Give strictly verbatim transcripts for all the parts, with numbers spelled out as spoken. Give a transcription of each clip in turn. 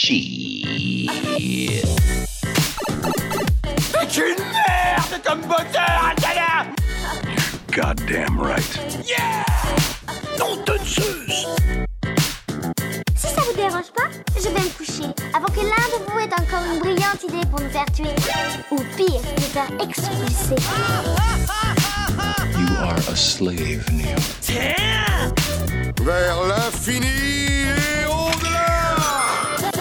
Shit. C'est une merde comme moteur, Atala. Goddamn right. Yeah. Non de Zeus. Si ça vous dérange pas, je vais me coucher avant que l'un de vous ait encore une brillante idée pour nous faire tuer. Ou pire, nous faire expulser. You are a slave, Neo. Tiens. Vers l'infini et au-delà.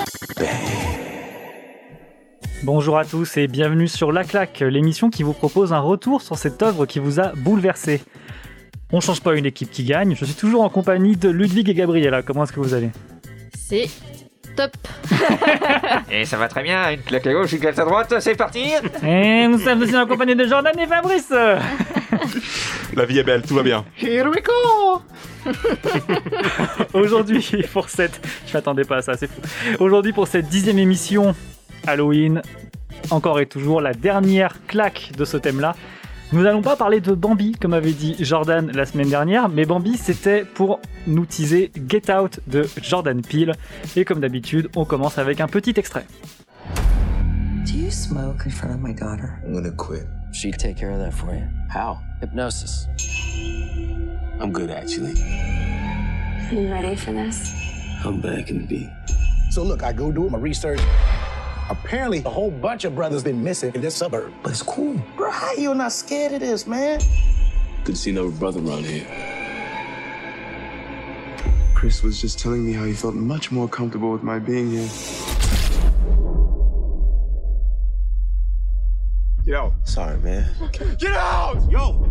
Bonjour à tous et bienvenue sur La Claque, l'émission qui vous propose un retour sur cette œuvre qui vous a bouleversé. On change pas une équipe qui gagne, je suis toujours en compagnie de Ludwig et Gabriella, comment est-ce que vous allez ? C'est top. Et ça va très bien, une claque à gauche, une claque à droite, c'est parti. Et nous sommes aussi en compagnie de Jordan et Fabrice. La vie est belle, tout va bien. Here we go. Aujourd'hui pour cette... Je m'attendais pas à ça, c'est fou. Aujourd'hui pour cette dixième émission Halloween, encore et toujours la dernière claque de ce thème-là. Nous n'allons pas parler de Bambi, comme avait dit Jordan la semaine dernière, mais Bambi, c'était pour nous teaser Get Out de Jordan Peele. Et comme d'habitude, on commence avec un petit extrait. Do you smoke in front of my daughter? I'm gonna quit. She'd take care of that for you. How? Hypnosis. I'm good, actually. You ready for this? I'm back in the beat. So look, I go do my research. Apparently, a whole bunch of brothers been missing in this suburb. But it's cool. Bro, how you not scared of this, man? Good to see another brother around here. Chris was just telling me how he felt much more comfortable with my being here. Get out. Sorry, man. Get out! Yo!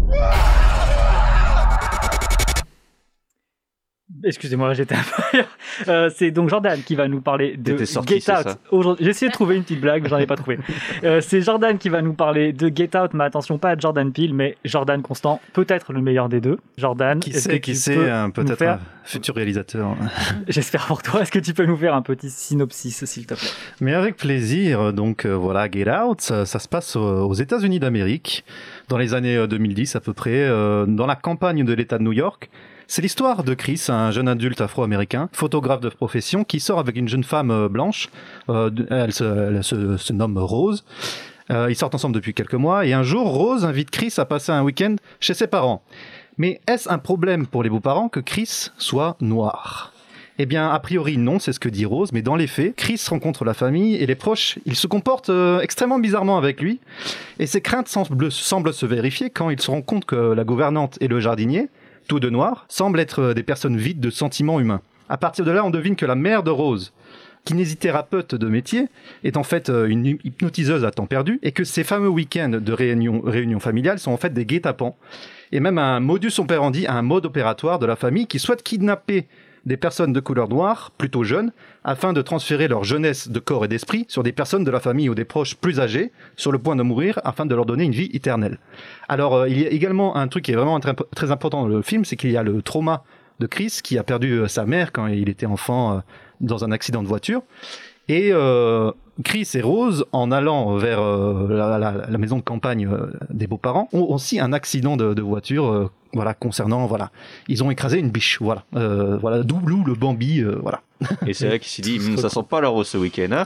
Excusez-moi, j'étais un peu... euh, c'est donc Jordan qui va nous parler de sorti, Get Out. Aujourd'hui, j'ai essayé de trouver une petite blague, mais j'en ai pas trouvé. Euh, c'est Jordan qui va nous parler de Get Out, mais attention, pas à Jordan Peele, mais Jordan Constant, peut-être le meilleur des deux. Jordan, qui est-ce sait, que qui tu sait, peux un, peut-être faire... un futur réalisateur. J'espère pour toi. Est-ce que tu peux nous faire un petit synopsis, s'il te plaît? Mais avec plaisir. Donc euh, voilà, Get Out, ça, ça se passe aux États-Unis d'Amérique, dans les années deux mille dix à peu près, euh, dans la campagne de l'État de New York. C'est l'histoire de Chris, un jeune adulte afro-américain, photographe de profession, qui sort avec une jeune femme blanche. Euh, elle, se, elle se, se nomme Rose. Euh, ils sortent ensemble depuis quelques mois. Et un jour, Rose invite Chris à passer un week-end chez ses parents. Mais est-ce un problème pour les beaux-parents que Chris soit noir ? Eh bien, a priori, non, c'est ce que dit Rose. Mais dans les faits, Chris rencontre la famille et les proches. Ils se comportent euh, extrêmement bizarrement avec lui. Et ses craintes semblent, semblent se vérifier quand ils se rendent compte que la gouvernante et le jardinier, tous deux noirs, semblent être des personnes vides de sentiments humains. À partir de là, on devine que la mère de Rose, kinésithérapeute de métier, est en fait une hypnotiseuse à temps perdu, et que ces fameux week-ends de réunion, réunion familiale sont en fait des guet-apens, et même un modus operandi, un mode opératoire de la famille qui souhaite kidnapper des personnes de couleur noire, plutôt jeunes, afin de transférer leur jeunesse de corps et d'esprit sur des personnes de la famille ou des proches plus âgés, sur le point de mourir, afin de leur donner une vie éternelle. Alors, euh, il y a également un truc qui est vraiment très, très important dans le film, c'est qu'il y a le trauma de Chris, qui a perdu euh, sa mère quand il était enfant euh, dans un accident de voiture. Et euh, Chris et Rose, en allant vers euh, la, la, la maison de campagne euh, des beaux-parents, ont aussi un accident de, de voiture, euh, voilà, concernant, voilà, ils ont écrasé une biche, voilà, euh, voilà, d'où le Bambi, euh, voilà. Et c'est là qu'il s'est dit, ça sent pas la rose ce week-end, hein.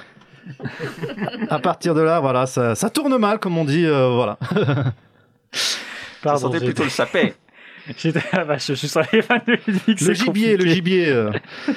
À partir de là, voilà, ça, ça tourne mal, comme on dit, euh, voilà. Pardon, ça sentait j'ai... plutôt le sapin. J'étais ah bah, je, je suis sur les fans de musique. Le gibier, compliqué. le gibier. Euh.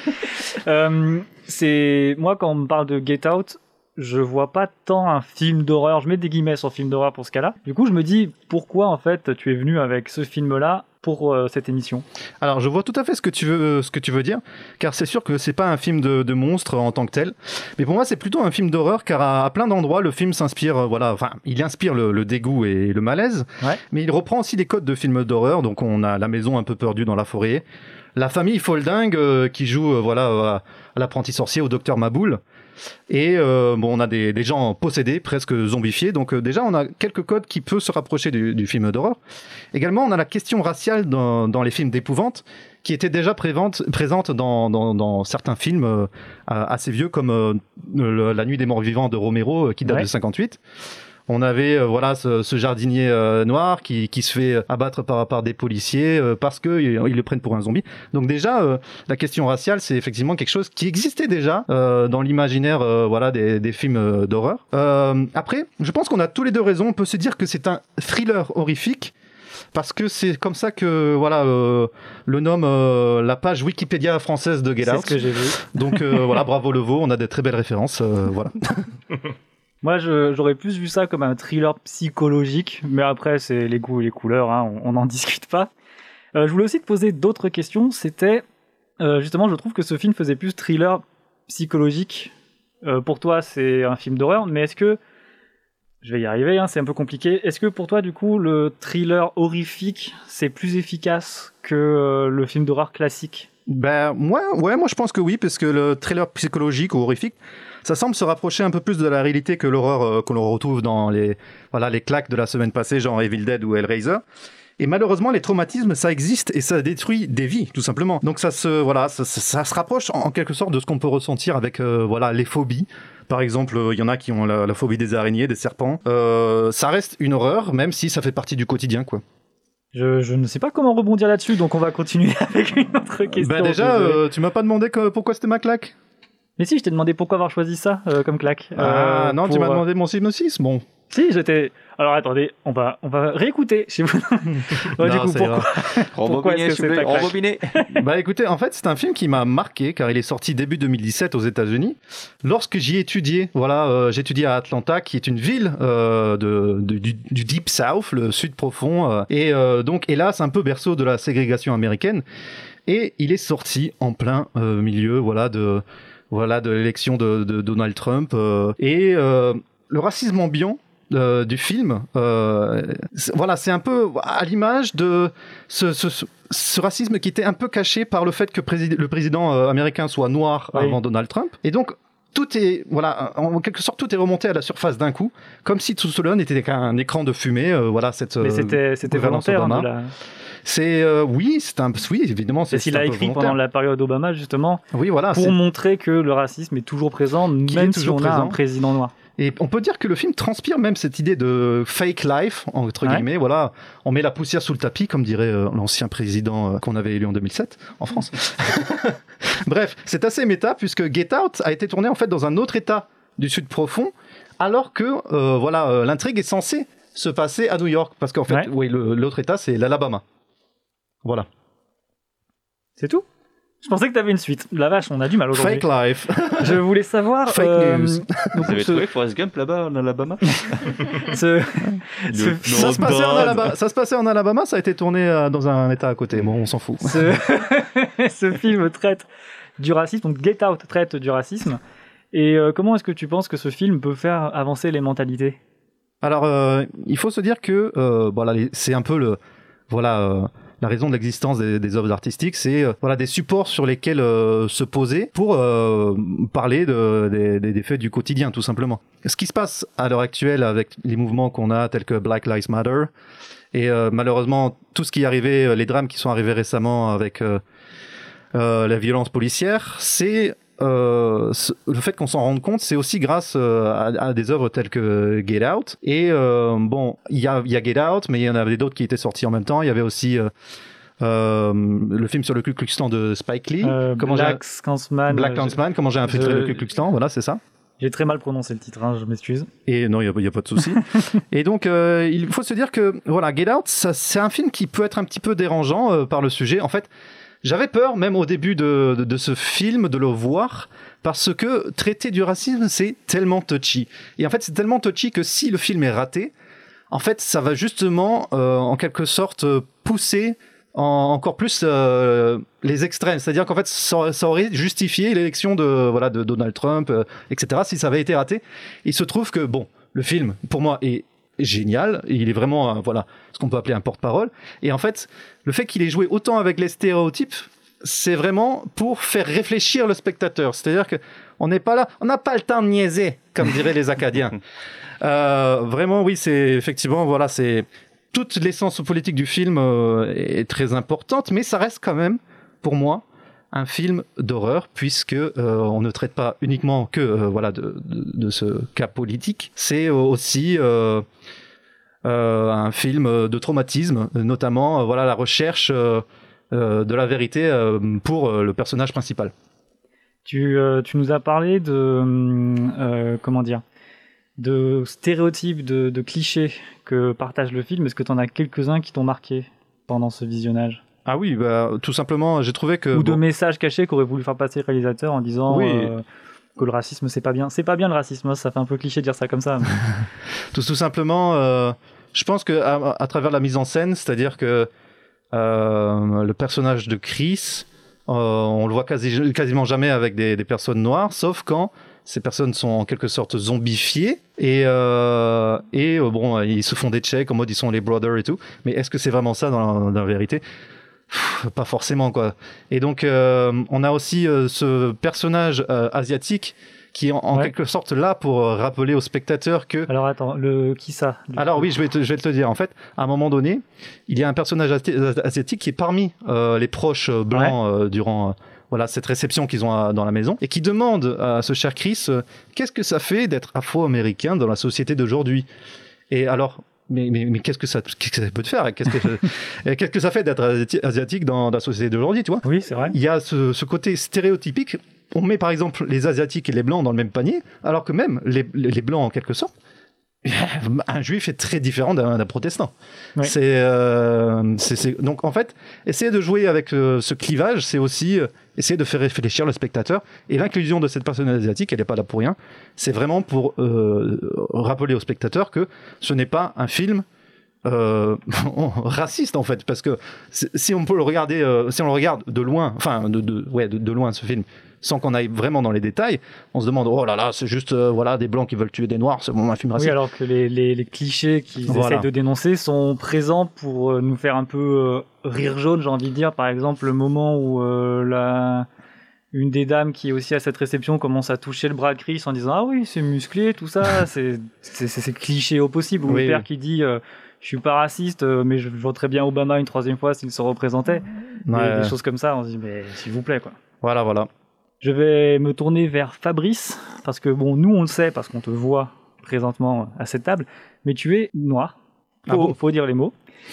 euh, c'est moi quand on me parle de Get Out, je vois pas tant un film d'horreur. Je mets des guillemets sur film d'horreur pour ce cas-là. Du coup, je me dis pourquoi en fait tu es venu avec ce film-là pour euh, cette émission. Alors, je vois tout à fait ce que tu veux, ce que tu veux dire, car c'est sûr que c'est pas un film de, de monstre en tant que tel. Mais pour moi, c'est plutôt un film d'horreur, car à, à plein d'endroits, le film s'inspire, euh, voilà, enfin, il inspire le, le dégoût et le malaise, ouais. Mais il reprend aussi des codes de films d'horreur. Donc, on a la maison un peu perdue dans la forêt, la famille foldingue euh, qui joue, euh, voilà, euh, à l'apprenti sorcier, au docteur Maboul. Et euh, bon, on a des, des gens possédés, presque zombifiés. Donc euh, déjà, on a quelques codes qui peuvent se rapprocher du, du film d'horreur. Également, on a la question raciale dans, dans les films d'épouvante, qui était déjà présente, présente dans, dans, dans certains films euh, assez vieux, comme euh, le, La Nuit des Morts Vivants de Romero, euh, qui date ouais. de cinquante-huit. On avait euh, voilà ce, ce jardinier euh, noir qui, qui se fait abattre par, par des policiers euh, parce que ils, ils le prennent pour un zombie. Donc déjà euh, la question raciale c'est effectivement quelque chose qui existait déjà euh, dans l'imaginaire euh, voilà des, des films euh, d'horreur. Euh, après, je pense qu'on a tous les deux raison. On peut se dire que c'est un thriller horrifique. Parce que c'est comme ça que voilà euh, le nomme euh, la page Wikipédia française de Get Out. C'est ce que j'ai vu. Donc euh, voilà, bravo Leveau, on a des très belles références. Euh, voilà. Moi, je, j'aurais plus vu ça comme un thriller psychologique, mais après, c'est les goûts et les couleurs, hein, on n'en discute pas. Euh, je voulais aussi te poser d'autres questions. C'était, euh, justement, je trouve que ce film faisait plus thriller psychologique. Euh, pour toi, c'est un film d'horreur, mais est-ce que, je vais y arriver, hein, c'est un peu compliqué, est-ce que pour toi, du coup, le thriller horrifique, c'est plus efficace que euh, le film d'horreur classique ? Ben, moi, ouais, moi je pense que oui, parce que le thriller psychologique ou horrifique, ça semble se rapprocher un peu plus de la réalité que l'horreur euh, que l'on retrouve dans les, voilà, les claques de la semaine passée, genre Evil Dead ou Hellraiser. Et malheureusement, les traumatismes, ça existe et ça détruit des vies, tout simplement. Donc ça se, voilà, ça, ça, ça se rapproche en, en quelque sorte de ce qu'on peut ressentir avec, euh, voilà, les phobies. Par exemple, il y en a qui ont la, la phobie des araignées, des serpents. Euh, ça reste une horreur, même si ça fait partie du quotidien, quoi. Je, je ne sais pas comment rebondir là-dessus, donc on va continuer avec une autre question. Ben déjà, euh, tu m'as pas demandé que, pourquoi c'était ma claque ? Mais si, je t'ai demandé pourquoi avoir choisi ça euh, comme claque. Ah euh, non, pour... tu m'as demandé mon synopsis, bon. Si, j'étais... Alors attendez, on va, on va réécouter chez vous. Ouais, non, du coup, pourquoi, pourquoi est-ce que c'est ta claque ? Rembobiné. Bah écoutez, en fait, c'est un film qui m'a marqué car il est sorti début deux mille dix-sept aux États-Unis. Lorsque j'y étudiais, voilà, euh, j'étudiais à Atlanta, qui est une ville euh, de, de, du, du Deep South, le sud profond, euh, et euh, donc hélas un peu berceau de la ségrégation américaine. Et il est sorti en plein euh, milieu, voilà, de voilà, de l'élection de, de Donald Trump euh, et euh, le racisme ambiant. Euh, du film, euh, c'est, voilà, c'est un peu à l'image de ce, ce, ce, ce racisme qui était un peu caché par le fait que présid- le président euh, américain soit noir oui. avant Donald Trump. Et donc, tout est, voilà, en quelque sorte, tout est remonté à la surface d'un coup, comme si tout cela n'était qu'un écran de fumée. Euh, voilà, cette. Mais c'était, c'était volontaire. Hein, la... C'est euh, oui, c'est un, oui, évidemment. C'est, c'est ce qu'il a écrit pendant la période Obama, justement. Oui, voilà. Pour c'est... montrer que le racisme est toujours présent, qui même est toujours si on présent. a un président noir. Et on peut dire que le film transpire même cette idée de fake life, entre ouais. guillemets. Voilà, on met la poussière sous le tapis, comme dirait euh, l'ancien président euh, qu'on avait élu en deux mille sept en France. Bref, c'est assez méta puisque Get Out a été tourné en fait dans un autre état du sud profond, alors que euh, voilà, euh, l'intrigue est censée se passer à New York, parce qu'en fait, ouais. oui, le, l'autre état c'est l'Alabama. Voilà. C'est tout ? Je pensais que tu avais une suite. La vache, on a du mal aujourd'hui. Fake life. Je voulais savoir... Fake euh, news. Vous avez ce... trouvé Forrest Gump là-bas en Alabama ce... ce... ça, se passait en Alabama, ça se passait en Alabama, ça a été tourné dans un état à côté. Bon, on s'en fout. Ce, ce film traite du racisme, donc Get Out traite du racisme. Et euh, comment est-ce que tu penses que ce film peut faire avancer les mentalités ? Alors, euh, il faut se dire que euh, voilà, c'est un peu le... Voilà... Euh, la raison de l'existence des, des œuvres artistiques, c'est euh, voilà, des supports sur lesquels euh, se poser pour euh, parler de, des, des, des faits du quotidien, tout simplement. Ce qui se passe à l'heure actuelle avec les mouvements qu'on a, tels que Black Lives Matter, et euh, malheureusement, tout ce qui est arrivé, les drames qui sont arrivés récemment avec euh, euh, la violence policière, c'est... Euh, le fait qu'on s'en rende compte, c'est aussi grâce euh, à, à des œuvres telles que Get Out. Et euh, bon, il y a, y a Get Out, mais il y en avait d'autres qui étaient sortis en même temps. Il y avait aussi euh, euh, le film sur le Ku Klux Klan de Spike Lee. Euh, comment Black Klansman. Black Klansman, comment j'ai infiltré je... le Ku Klux Klan, voilà, c'est ça. J'ai très mal prononcé le titre, hein, je m'excuse. Et non, il n'y a, a pas de souci. Et donc, euh, il faut se dire que voilà, Get Out, ça, c'est un film qui peut être un petit peu dérangeant euh, par le sujet. En fait, j'avais peur, même au début de, de, de ce film, de le voir, parce que traiter du racisme, c'est tellement touchy. Et en fait, c'est tellement touchy que si le film est raté, en fait, ça va justement, euh, en quelque sorte, pousser en, encore plus euh, les extrêmes. C'est-à-dire qu'en fait, ça, ça aurait justifié l'élection de, voilà, de Donald Trump, euh, et cetera, si ça avait été raté. Il se trouve que, bon, le film, pour moi, est génial, il est vraiment euh, voilà ce qu'on peut appeler un porte-parole, et en fait le fait qu'il ait joué autant avec les stéréotypes, c'est vraiment pour faire réfléchir le spectateur, c'est-à-dire que on n'est pas là, on n'a pas le temps de niaiser comme diraient les Acadiens. euh, vraiment oui, c'est effectivement voilà, c'est toute l'essence politique du film euh, est très importante, mais ça reste quand même pour moi un film d'horreur, puisque euh, on ne traite pas uniquement que euh, voilà, de, de, de ce cas politique, c'est aussi euh, euh, un film de traumatisme, notamment euh, voilà, la recherche euh, euh, de la vérité euh, pour euh, le personnage principal. Tu, euh, tu nous as parlé de, euh, comment dire, de stéréotypes, de, de clichés que partage le film. Est-ce que tu en as quelques-uns qui t'ont marqué pendant ce visionnage ? Ah oui, bah, tout simplement, j'ai trouvé que... Ou de bon, messages cachés qu'aurait voulu faire passer le réalisateur en disant Oui. euh, que le racisme, c'est pas bien. C'est pas bien le racisme, ça fait un peu cliché de dire ça comme ça. Mais... tout, tout simplement, euh, je pense qu'à à travers la mise en scène, c'est-à-dire que euh, le personnage de Chris, euh, on le voit quasi, quasiment jamais avec des, des personnes noires, sauf quand ces personnes sont en quelque sorte zombifiées et, euh, et euh, bon, ils se font des checks en mode ils sont les brothers et tout. Mais est-ce que c'est vraiment ça dans la, dans la vérité ? Pff, pas forcément, quoi. Et donc, euh, on a aussi euh, ce personnage euh, asiatique qui est en, en Ouais. quelque sorte là pour euh, rappeler aux spectateurs que... Alors attends, le... qui ça du Alors coup oui, je vais, te, je vais te le dire. En fait, à un moment donné, il y a un personnage asi- asiatique qui est parmi euh, les proches euh, blancs euh, durant... Euh, voilà, cette réception qu'ils ont à- dans la maison, et qui demande à ce cher Chris euh, qu'est-ce que ça fait d'être afro-américain dans la société d'aujourd'hui. Et alors, mais, mais, mais qu'est-ce que ça, qu'est-ce que ça peut te faire ? Qu'est-ce que, qu'est-ce que ça fait d'être asiati- asiatique dans la société d'aujourd'hui, tu vois ? Oui, c'est vrai. Il y a ce, ce côté stéréotypique. On met par exemple les asiatiques et les blancs dans le même panier, alors que même les, les, les blancs en quelque sorte, un juif est très différent d'un, d'un protestant. Ouais. C'est, euh, c'est, c'est... Donc en fait, essayer de jouer avec euh, ce clivage, c'est aussi euh, essayer de faire réfléchir le spectateur. Et l'inclusion de cette personne asiatique, elle n'est pas là pour rien. C'est vraiment pour euh, rappeler au spectateur que ce n'est pas un film euh, raciste en fait, parce que si on peut le regarder, euh, si on le regarde de loin, enfin de, de, ouais, de, de loin ce film, sans qu'on aille vraiment dans les détails, on se demande oh là là, c'est juste euh, voilà des blancs qui veulent tuer des noirs, c'est vraiment un film raciste. Oui, alors que les, les, les clichés qu'ils Voilà. essayent de dénoncer sont présents pour euh, nous faire un peu euh, rire jaune, j'ai envie de dire. Par exemple, le moment où euh, la... une des dames qui est aussi à cette réception commence à toucher le bras de Chris en disant ah oui, c'est musclé, tout ça, c'est, c'est, c'est, c'est cliché au possible. Ou Oui, le père oui. qui dit euh, je suis pas raciste, euh, mais je voterais bien Obama une troisième fois s'il se représentait. Ouais. Et des choses comme ça, on se dit mais s'il vous plaît quoi. Voilà, voilà. Je vais me tourner vers Fabrice, parce que bon, nous on le sait, parce qu'on te voit présentement à cette table, mais tu es noir, faut, Ah bon faut dire les mots.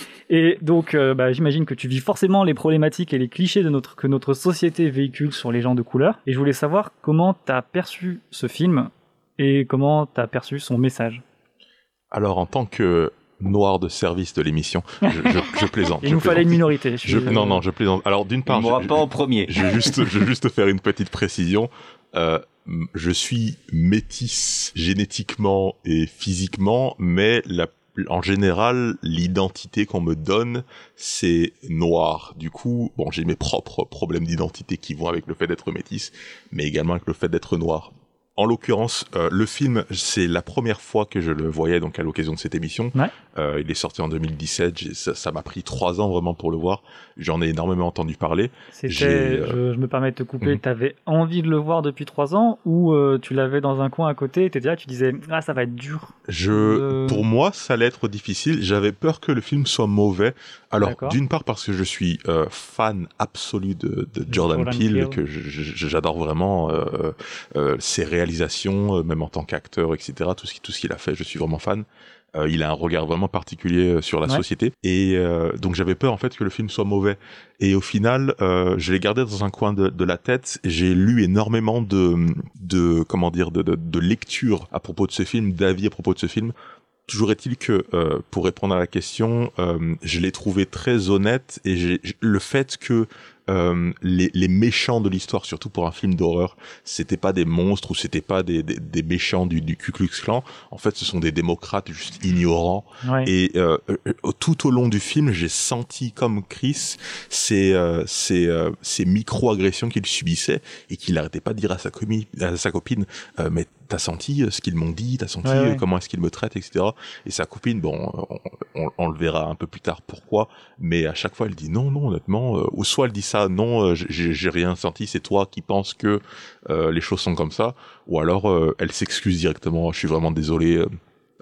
Et donc, euh, bah, j'imagine que tu vis forcément les problématiques et les clichés de notre, que notre société véhicule sur les gens de couleur. Et je voulais savoir comment t'as perçu ce film et comment t'as perçu son message. Alors, en tant que noir de service de l'émission, je, je, je plaisante. Il je nous fallait plaisante. une minorité. Je suis... Je, non, non, je plaisante. Alors, d'une part, Il m'aura je, pas en premier. Je vais juste, je vais juste faire une petite précision. Euh, je suis métis génétiquement et physiquement, mais la, en général, l'identité qu'on me donne, c'est noir. Du coup, bon, j'ai mes propres problèmes d'identité qui vont avec le fait d'être métis, mais également avec le fait d'être noir. En l'occurrence, euh, le film, c'est la première fois que je le voyais, donc à l'occasion de cette émission. Ouais. Euh, il est sorti en deux mille dix-sept. J'ai, ça, ça m'a pris trois ans vraiment pour le voir. J'en ai énormément entendu parler. C'était, J'ai, euh... je, je me permets de te couper, Mm-hmm. t'avais envie de le voir depuis trois ans ou euh, tu l'avais dans un coin à côté et t'étais là, tu disais ah ça va être dur. Je, Euh, pour moi, ça allait être difficile. J'avais peur que le film soit mauvais. Alors, D'accord. d'une part parce que je suis euh, fan absolu de, de Jordan, Jordan Peele, Peele. que je, je- j'adore vraiment euh, euh, ses réalisations, euh, même en tant qu'acteur, et cetera. Tout ce, qui- tout ce qu'il a fait, je suis vraiment fan. Euh, il a un regard vraiment particulier euh, sur la Ouais. société. Et euh, donc j'avais peur en fait que le film soit mauvais. Et au final, euh, je l'ai gardé dans un coin de, de la tête. J'ai lu énormément de, de comment dire, de, de, de lectures à propos de ce film, d'avis à propos de ce film. Toujours est-il que, euh, pour répondre à la question, euh, je l'ai trouvé très honnête et j'ai, le fait que euh, les, les méchants de l'histoire, surtout pour un film d'horreur, c'était pas des monstres ou c'était pas des, des, des méchants du, du Ku Klux Klan. En fait, ce sont des démocrates juste ignorants. Ouais. Et euh, euh, tout au long du film, j'ai senti comme Chris ces, euh, ces, euh, ces micro-agressions qu'il subissait et qu'il n'arrêtait pas de dire à sa, comi- à sa copine euh, mais t'as senti euh, ce qu'ils m'ont dit, t'as senti Ouais, ouais. euh, comment est-ce qu'ils me traitent, et cetera. Et sa copine, bon, on, on, on le verra un peu plus tard pourquoi, mais à chaque fois elle dit non, non, honnêtement, euh, ou soit elle dit ça, non, euh, j'ai, j'ai rien senti, c'est toi qui penses que euh, les choses sont comme ça, ou alors euh, elle s'excuse directement, je suis vraiment désolé, euh,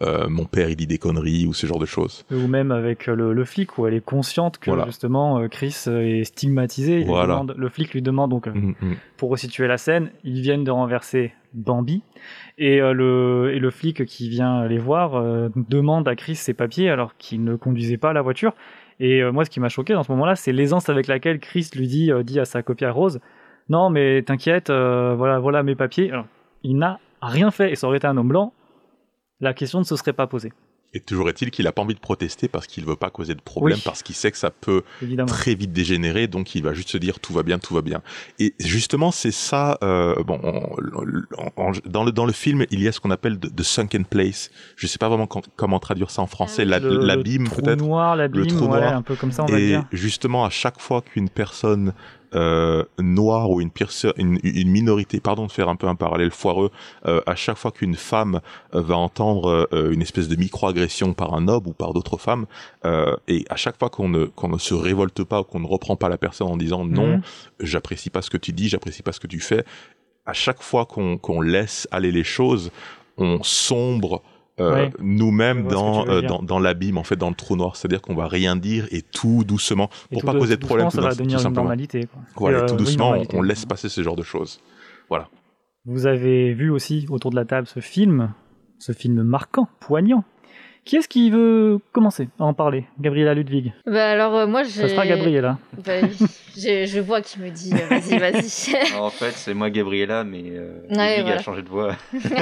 euh, mon père il dit des conneries ou ce genre de choses. Ou même avec le, le flic où elle est consciente que voilà. justement Chris est stigmatisé. Il voilà. demande, le flic lui demande donc mmh, mmh. pour resituer la scène, ils viennent de renverser Bambi et, euh, le, et le flic qui vient les voir euh, demande à Chris ses papiers alors qu'il ne conduisait pas la voiture. Et euh, moi ce qui m'a choqué dans ce moment-là, c'est l'aisance avec laquelle Chris lui dit, euh, dit à sa copine Rose, non mais t'inquiète, euh, voilà, voilà mes papiers. Alors, il n'a rien fait et ça aurait été un homme blanc, la question ne se serait pas posée. Et toujours est-il qu'il n'a pas envie de protester parce qu'il ne veut pas causer de problème, oui. parce qu'il sait que ça peut Évidemment. très vite dégénérer, donc il va juste se dire tout va bien, tout va bien. Et justement, c'est ça, euh, bon, on, on, dans, le, dans le film, il y a ce qu'on appelle the, the sunken place. Je ne sais pas vraiment com- comment traduire ça en français, ah, le, l'abîme le peut-être. Noir, l'abîme, le trou ouais, noir, un peu comme ça on et va dire. Et justement, à chaque fois qu'une personne Euh, noire ou une, pire, une, une minorité, pardon de faire un peu un parallèle foireux, euh, à chaque fois qu'une femme euh, va entendre euh, une espèce de micro-agression par un homme ou par d'autres femmes, euh, et à chaque fois qu'on ne, qu'on ne se révolte pas ou qu'on ne reprend pas la personne en disant mmh. non, j'apprécie pas ce que tu dis, j'apprécie pas ce que tu fais, à chaque fois qu'on, qu'on laisse aller les choses, on sombre Euh, ouais. nous-mêmes dans, euh, dans, dans l'abîme, en fait, dans le trou noir. C'est-à-dire qu'on va rien dire et tout doucement, et pour tout pas de, causer de problème, ça va devenir une normalité. Quoi. Voilà, et, euh, tout doucement, oui, on, on laisse passer ce genre de choses. Voilà. Vous avez vu aussi autour de la table ce film, ce film marquant, poignant. Qui est-ce qui veut commencer à en parler? Gabriella Ludwig. Bah alors euh, moi j'ai... Ça sera Gabriella. Bah, j'ai, je vois qui me dit euh, vas-y, vas-y. En fait, c'est moi Gabriella, mais euh, ouais, Ludwig voilà. a changé de voix.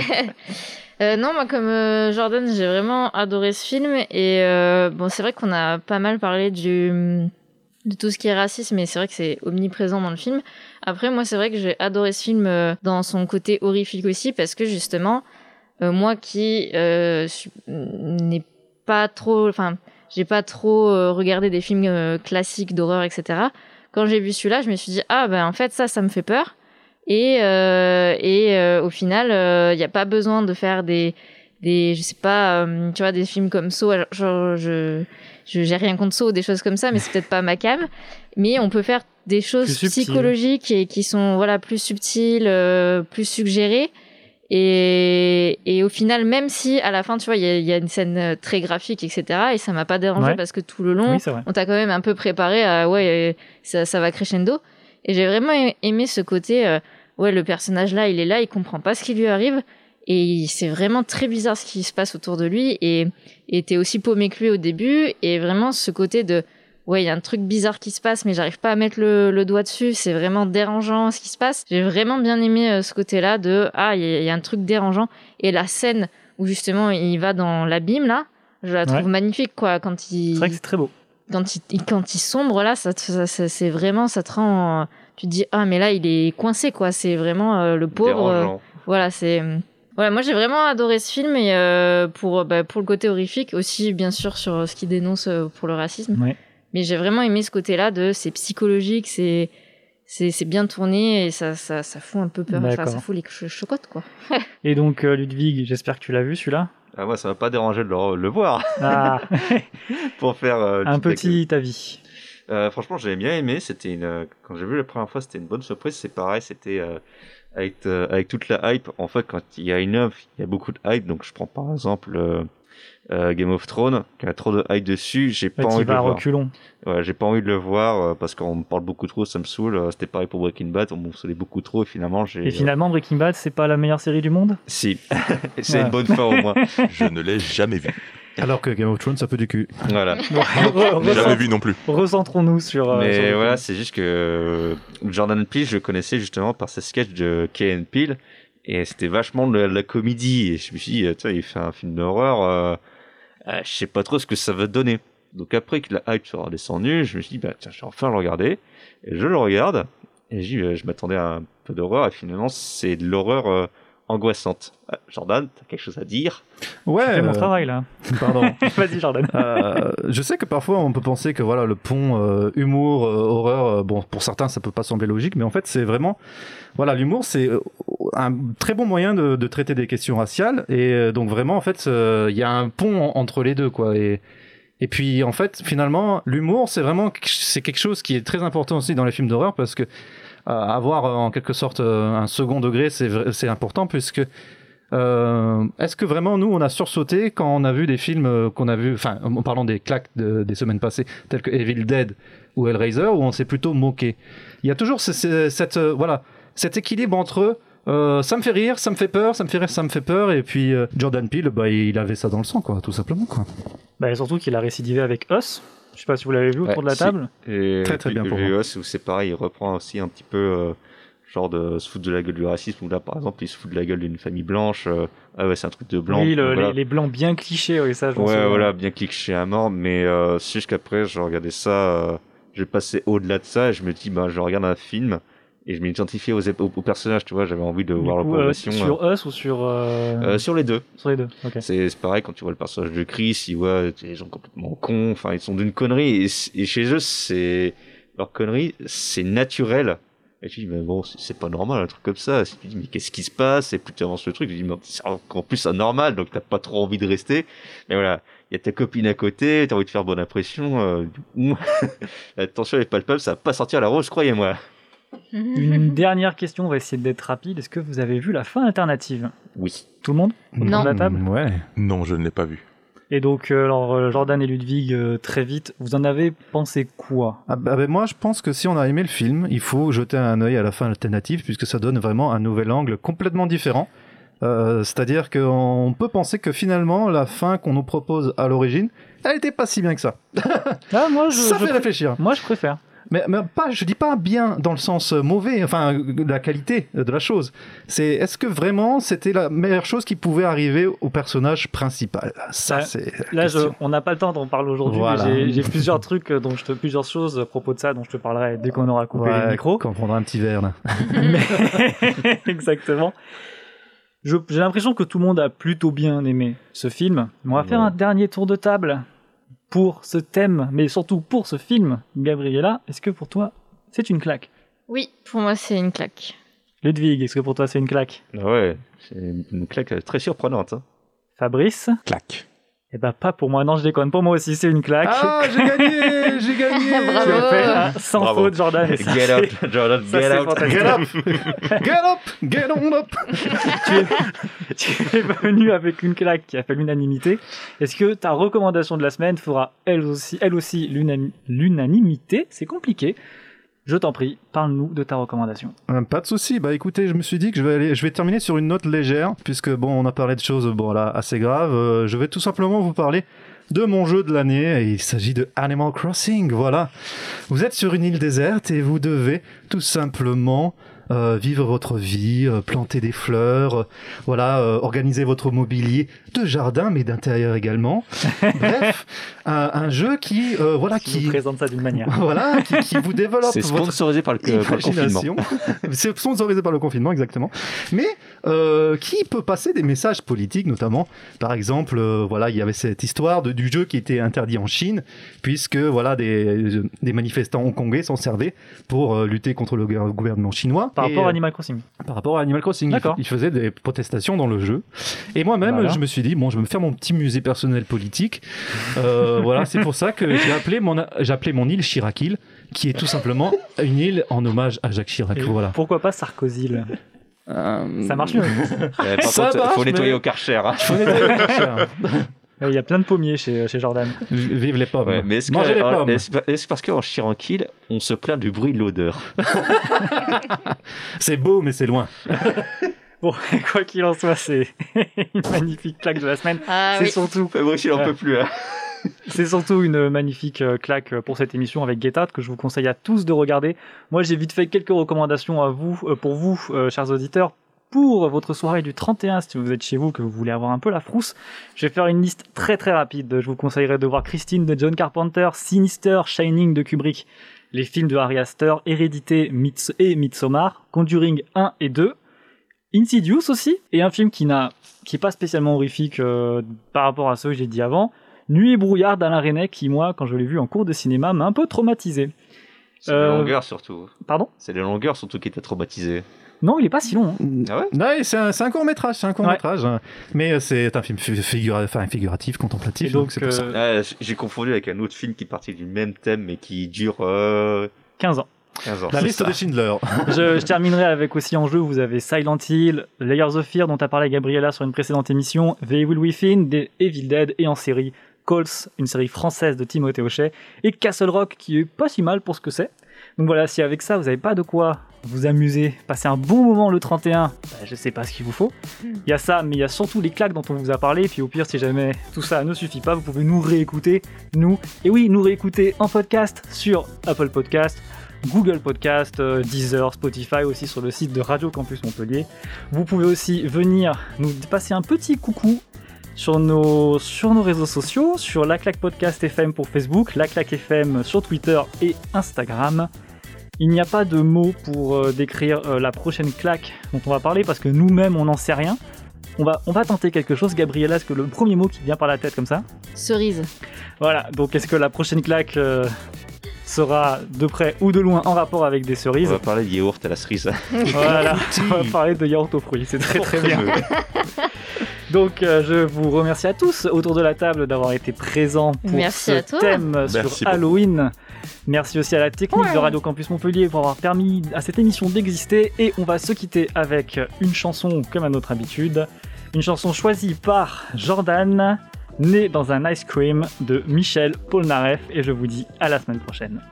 euh, non, moi comme euh, Jordan, j'ai vraiment adoré ce film et euh, bon, c'est vrai qu'on a pas mal parlé du de tout ce qui est racisme, mais c'est vrai que c'est omniprésent dans le film. Après, moi, c'est vrai que j'ai adoré ce film euh, dans son côté horrifique aussi, parce que justement, euh, moi qui euh, n'ai pas trop, enfin, j'ai pas trop euh, regardé des films euh, classiques d'horreur, et cetera. Quand j'ai vu celui-là, je me suis dit ah ben en fait ça, ça me fait peur. Et euh, et euh, au final, il euh, y a pas besoin de faire des des je sais pas, euh, tu vois, des films comme Saw. Genre je je j'ai rien contre Saw, des choses comme ça, mais c'est peut-être pas ma cam. Mais on peut faire des choses psychologiques et qui sont voilà plus subtiles, euh, plus suggérées. Et, et au final, même si à la fin, tu vois, il y, y a une scène très graphique, et cetera, et ça m'a pas dérangé ouais. parce que tout le long, oui, on t'a quand même un peu préparé à ouais, ça, ça va crescendo. Et j'ai vraiment aimé ce côté, euh, ouais, le personnage là, il est là, il comprend pas ce qui lui arrive, et c'est vraiment très bizarre ce qui se passe autour de lui, et, et t'es aussi paumé que lui au début, et vraiment ce côté de ouais, il y a un truc bizarre qui se passe, mais j'arrive pas à mettre le, le doigt dessus. C'est vraiment dérangeant ce qui se passe. J'ai vraiment bien aimé euh, ce côté-là de ah, il y, y a un truc dérangeant. Et la scène où justement il va dans l'abîme là, je la trouve ouais. magnifique quoi. Quand il, c'est vrai que c'est très beau. Quand il, quand il sombre là, ça, ça, ça c'est vraiment, ça te rend. Euh, tu te dis ah, mais là il est coincé quoi. C'est vraiment euh, le pauvre. Euh, voilà, c'est. Euh, Voilà, moi j'ai vraiment adoré ce film et euh, pour bah, pour le côté horrifique aussi bien sûr sur ce qu'il dénonce pour le racisme. Ouais. Mais j'ai vraiment aimé ce côté-là de c'est psychologique, c'est c'est c'est bien tourné et ça ça ça fout un peu peur, enfin, ça fout les ch- chocottes quoi. Et donc euh, Ludwig, j'espère que tu l'as vu celui-là. Ah moi ça m'a pas dérangé de le, le voir. Ah. Pour faire euh, un petit avec... avis. Euh, franchement, j'avais bien aimé, c'était une quand j'ai vu la première fois, c'était une bonne surprise, c'est pareil, c'était euh, avec euh, avec toute la hype. En fait, quand il y a une œuvre, il y a beaucoup de hype, donc je prends par exemple euh, Euh, Game of Thrones, qui a trop de hype dessus, j'ai pas ouais, envie de le voir. Reculons. Ouais, j'ai pas envie de le voir euh, parce qu'on me parle beaucoup trop, ça me saoule. Euh, c'était pareil pour Breaking Bad, on me saoulait beaucoup trop et finalement j'ai. Et finalement, euh... Breaking Bad, c'est pas la meilleure série du monde ? Si, c'est ouais. une bonne fin au moins. Je ne l'ai jamais vu. Alors que Game of Thrones, ça peut du cul. Voilà. Je l'ai jamais vu non plus. Recentrons-nous sur. Euh, Mais sur voilà, c'est juste que Jordan Peele, je le connaissais justement par ses sketchs de Key and Peele et c'était vachement de la, de la comédie et je me suis dit, tu vois, il fait un film d'horreur. Euh... Euh, je sais pas trop ce que ça va donner. Donc après que la hype sera descendue, je me suis dit bah tiens, je vais enfin le regarder. Et je le regarde et je, euh, je m'attendais à un peu d'horreur et finalement c'est de l'horreur euh, angoissante. Euh, Jordan, t'as quelque chose à dire ? Ouais. Je fais mon euh... travail là. Pardon. Vas-y Jordan. euh, je sais que parfois on peut penser que voilà le pont euh, humour euh, horreur, euh, bon pour certains ça peut pas sembler logique, mais en fait c'est vraiment voilà l'humour c'est un très bon moyen de, de traiter des questions raciales et euh, donc vraiment en fait il euh, y a un pont entre les deux quoi et et puis en fait finalement l'humour c'est vraiment c'est quelque chose qui est très important aussi dans les films d'horreur parce que euh, avoir en quelque sorte un second degré c'est c'est important puisque Euh, est-ce que vraiment nous on a sursauté quand on a vu des films euh, qu'on a vu, enfin en parlant des claques de, des semaines passées tels que Evil Dead ou Hellraiser, où on s'est plutôt moqué. Il y a toujours ce, ce, cette euh, voilà cet équilibre entre euh, ça me fait rire, ça me fait peur, ça me fait rire, ça me fait peur, et puis euh, Jordan Peele, bah il avait ça dans le sang, quoi, tout simplement, quoi. Bah, et surtout qu'il a récidivé avec Us. Je sais pas si vous l'avez vu autour Ouais, de la si. table. Et Très, très bien pour V moi. O S où c'est pareil, il reprend aussi un petit peu euh, genre de se foutre de la gueule du racisme, où là par exemple il se fout de la gueule d'une famille blanche. euh, ah ouais, c'est un truc de blanc. Oui, le- voilà. les, les blancs bien clichés, oui, ça je m'en Ouais, souviens. voilà, bien cliché à mort, mais euh, c'est juste qu'après, je regardais ça, euh, j'ai passé au-delà de ça, et je me dis, bah, je regarde un film, et je m'identifiais aux, aux, aux personnages, tu vois, j'avais envie de Du voir la coup, euh, progression. sur Us ou sur... euh, Euh, sur les deux. Sur les deux, ok. C'est c'est pareil quand tu vois le personnage de Chris, ils voient des gens complètement cons, enfin, ils sont d'une connerie, et, c- et chez eux, c'est, leur connerie, c'est naturel. Et tu dis, mais bon, c'est c'est pas normal, un truc comme ça. Et tu dis, mais qu'est-ce qui se passe? Et plus tu avances le truc, tu dis, mais c'est encore plus anormal, donc t'as pas trop envie de rester. Mais voilà, il y a ta copine à côté, t'as envie de faire bonne impression. Euh, la tension est palpable, ça va pas sortir la rose, croyez-moi. Une dernière question, on va essayer d'être rapide. Est-ce que vous avez vu la fin alternative? Oui. Tout le monde autour Non. de la table? Ouais. Non, je ne l'ai pas vu. Et donc, euh, alors, euh, Jordan et Ludwig, euh, très vite, vous en avez pensé quoi? Ah bah, bah, moi, je pense que si on a aimé le film, il faut jeter un œil à la fin alternative, puisque ça donne vraiment un nouvel angle complètement différent. Euh, c'est-à-dire qu'on peut penser que finalement, la fin qu'on nous propose à l'origine, elle était pas si bien que ça. Ah, moi, je, ça je fait pr- réfléchir. Moi, je préfère. Mais, mais pas, je dis pas bien dans le sens mauvais, enfin de la qualité de la chose. C'est est-ce que vraiment c'était la meilleure chose qui pouvait arriver au personnage principal? Ça, Là- c'est la Là, je, question. on n'a pas le temps d'en parler aujourd'hui, Voilà. mais j'ai- j'ai plusieurs trucs, euh, dont je te, plusieurs choses à propos de ça, dont je te parlerai dès qu'on aura coupé Ouais, les micros. quand on prendra un petit verre là. Mais- Exactement. Je- J'ai l'impression que tout le monde a plutôt bien aimé ce film. On va faire Ouais. un dernier tour de table pour ce thème, mais surtout pour ce film. Gabriella, est-ce que pour toi, c'est une claque? Oui, pour moi, c'est une claque. Ludwig, est-ce que pour toi, c'est une claque? Ah ouais, c'est une claque très surprenante. Hein. Fabrice? Claque. Eh ben, pas pour moi, non, je déconne. Pour moi aussi, c'est une claque. Ah, j'ai gagné, j'ai gagné. Bravo. Tu as fait un sans Bravo. faute, Jordan. et ça, Get c'est- up, Jordan, ça, get c'est out. fantastique. Get up, get up, get on up. tu, es, tu es venu avec une claque qui a fait l'unanimité. Est-ce que ta recommandation de la semaine fera elle aussi, elle aussi l'unani- l'unanimité? C'est compliqué. Je t'en prie, parle-nous de ta recommandation. Euh, Pas de souci. Bah écoutez, je me suis dit que je vais aller, je vais terminer sur une note légère, puisque bon, on a parlé de choses bon là assez graves. Euh, je vais tout simplement vous parler de mon jeu de l'année, et il s'agit de Animal Crossing. Voilà, vous êtes sur une île déserte et vous devez tout simplement euh, vivre votre vie, euh, planter des fleurs, euh, voilà, euh, organiser votre mobilier de jardin, mais d'intérieur également. Bref, un, un jeu qui, euh, voilà, Tu qui, nous présentes ça d'une manière. voilà, qui, qui vous développe C'est votre sponsorisé par le, par le confinement. imagination. C'est sponsorisé par le confinement, exactement. Mais euh, qui peut passer des messages politiques, notamment. Par exemple, euh, voilà, il y avait cette histoire de, du jeu qui était interdit en Chine, puisque voilà, des, des manifestants hongkongais s'en servaient pour euh, lutter contre le gu- gouvernement chinois. Par Et, rapport à euh, Animal Crossing. par rapport à Animal Crossing, D'accord. ils, ils faisaient des protestations dans le jeu. Et moi-même, Voilà. je me suis dit, bon, je vais me faire mon petit musée personnel politique. Euh, voilà, c'est pour ça que j'ai appelé mon, j'ai appelé mon île Chirac-Île, qui est tout simplement une île en hommage à Jacques Chirac. Et Voilà. pourquoi pas Sarkozy là Euh, Ça marche mieux. Euh, par Ça contre, marche, faut nettoyer mais- au Karcher. Hein. Faut nettoyer le Karcher. Il y a plein de pommiers chez, chez Jordan. Vive les pommes. Ouais, mais est-ce que, Mangez les alors, pommes. est-ce est-ce parce qu'en Chirac-Île, on se plaint du bruit de l'odeur? C'est beau, mais c'est loin. Bon, quoi qu'il en soit, c'est une magnifique claque de la semaine. Ah c'est oui. surtout, Fabrice, il en Ouais. peut plus. Hein. c'est surtout une magnifique euh, claque pour cette émission avec Get Out que je vous conseille à tous de regarder. Moi, j'ai vite fait quelques recommandations à vous, euh, pour vous, euh, chers auditeurs, pour votre soirée du trente et un, si vous êtes chez vous, que vous voulez avoir un peu la frousse. Je vais faire une liste très très rapide. Je vous conseillerais de voir Christine de John Carpenter, Sinister, Shining de Kubrick, les films de Ari Aster, Hérédité Mids- et Midsommar, Conjuring un et deux, Insidious aussi, et un film qui n'a, qui est pas spécialement horrifique euh, par rapport à ceux que j'ai dit avant, Nuit et brouillard d'Alain Resnais, qui moi, quand je l'ai vu en cours de cinéma, m'a un peu traumatisé. C'est Euh, les longueurs surtout. Pardon? C'est les longueurs surtout qui t'a traumatisé. Non, il est pas si long. hein. Ah ouais? Ouais, c'est un, c'est un court métrage, c'est un court métrage, mais euh, c'est un film fi- figura- enfin, figuratif, contemplatif. Et donc, donc c'est pour ça. euh, Ah, j- j'ai confondu avec un autre film qui partit du même thème mais qui dure euh, quinze ans. quinze heures. La liste de Schindler. je, je terminerai avec aussi en jeu, vous avez Silent Hill, Layers of Fear dont a parlé Gabriella sur une précédente émission, The Evil Within, des Evil Dead et en série Calls, une série française de Timothée Hochet, et Castle Rock qui est pas si mal pour ce que c'est. Donc voilà, si avec ça vous n'avez pas de quoi vous amuser, passer un bon moment le trente et un, bah, je sais pas ce qu'il vous faut. Il y a ça, mais il y a surtout les claques dont on vous a parlé, et puis au pire, si jamais tout ça ne suffit pas, vous pouvez nous réécouter, nous, et oui, nous réécouter en podcast sur Apple Podcast, Google Podcast, euh, Deezer, Spotify, aussi sur le site de Radio Campus Montpellier. Vous pouvez aussi venir nous passer un petit coucou sur nos, sur nos réseaux sociaux, sur La Claque Podcast F M pour Facebook, La Claque F M sur Twitter et Instagram. Il n'y a pas de mots pour euh, décrire euh, la prochaine claque dont on va parler parce que nous-mêmes on n'en sait rien. On va, on va tenter quelque chose. Gabriella, est-ce que le premier mot qui vient par la tête comme ça ? Cerise. Voilà, donc est-ce que la prochaine claque euh, sera de près ou de loin en rapport avec des cerises ? On va parler de yaourt à la cerise. Voilà, on va parler de yaourt aux fruits, c'est très très bien. Donc euh, je vous remercie à tous autour de la table d'avoir été présents pour Merci ce thème Merci sur beaucoup. Halloween. Merci aussi à la technique Ouais. de Radio Campus Montpellier pour avoir permis à cette émission d'exister. Et on va se quitter avec une chanson comme à notre habitude. Une chanson choisie par Jordan, Né dans un ice cream de Michel Polnareff. Et je vous dis à la semaine prochaine.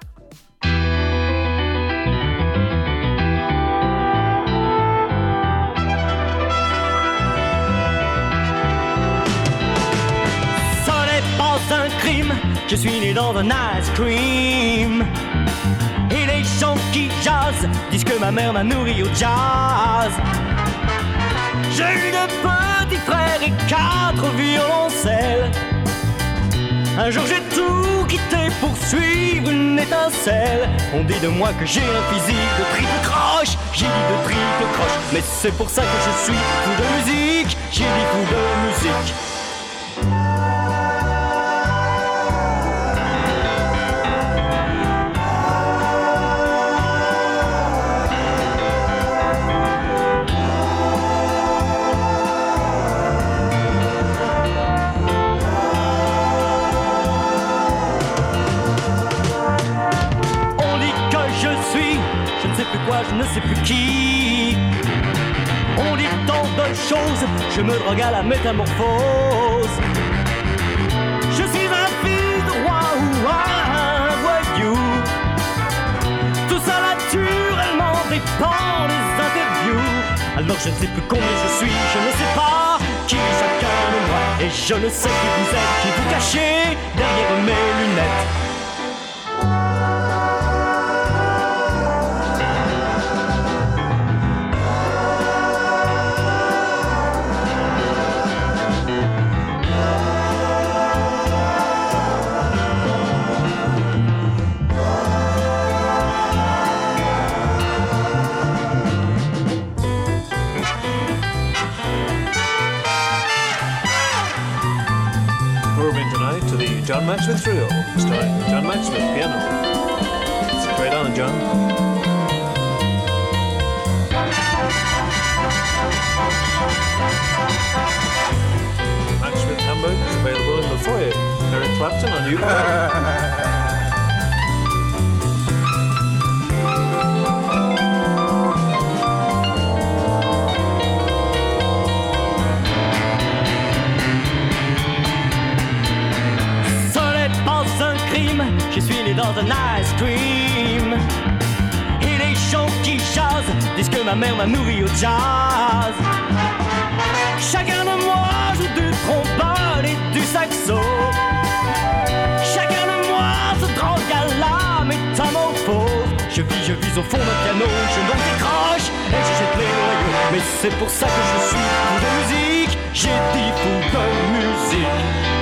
Un crime, je suis né dans un ice cream. Et les gens qui jazzent disent que ma mère m'a nourri au jazz. J'ai eu deux petits frères et quatre violoncelles. Un jour j'ai tout quitté pour suivre une étincelle. On dit de moi que j'ai un physique de triple croche. J'ai dit de triple croche, mais c'est pour ça que je suis fou de musique. J'ai dit fou de musique. Je ne sais plus qui. On dit tant de choses, je me drogue à la métamorphose. Je suis un fils de roi ou un voyou. Tout ça naturellement dépend des interviews. Alors je ne sais plus combien je suis, je ne sais pas qui est chacun de moi. Et je ne sais qui vous êtes, qui vous cachez derrière mes lunettes. John Maxwell Trio, starring John Maxwell, piano. Straight on, John. Match with Hamburg is available in the foyer. Eric Clapton on you. Je suis né dans un ice cream. Et les gens qui jazzent disent que ma mère m'a nourri au jazz. Chacun de moi joue du trombone et du saxo. Chacun de moi se drogue à la métamorphose. Je vis, je vis au fond d'un piano, je m'en décroche et je jette les noyaux. Mais c'est pour ça que je suis fou de musique. J'ai dit fou de musique.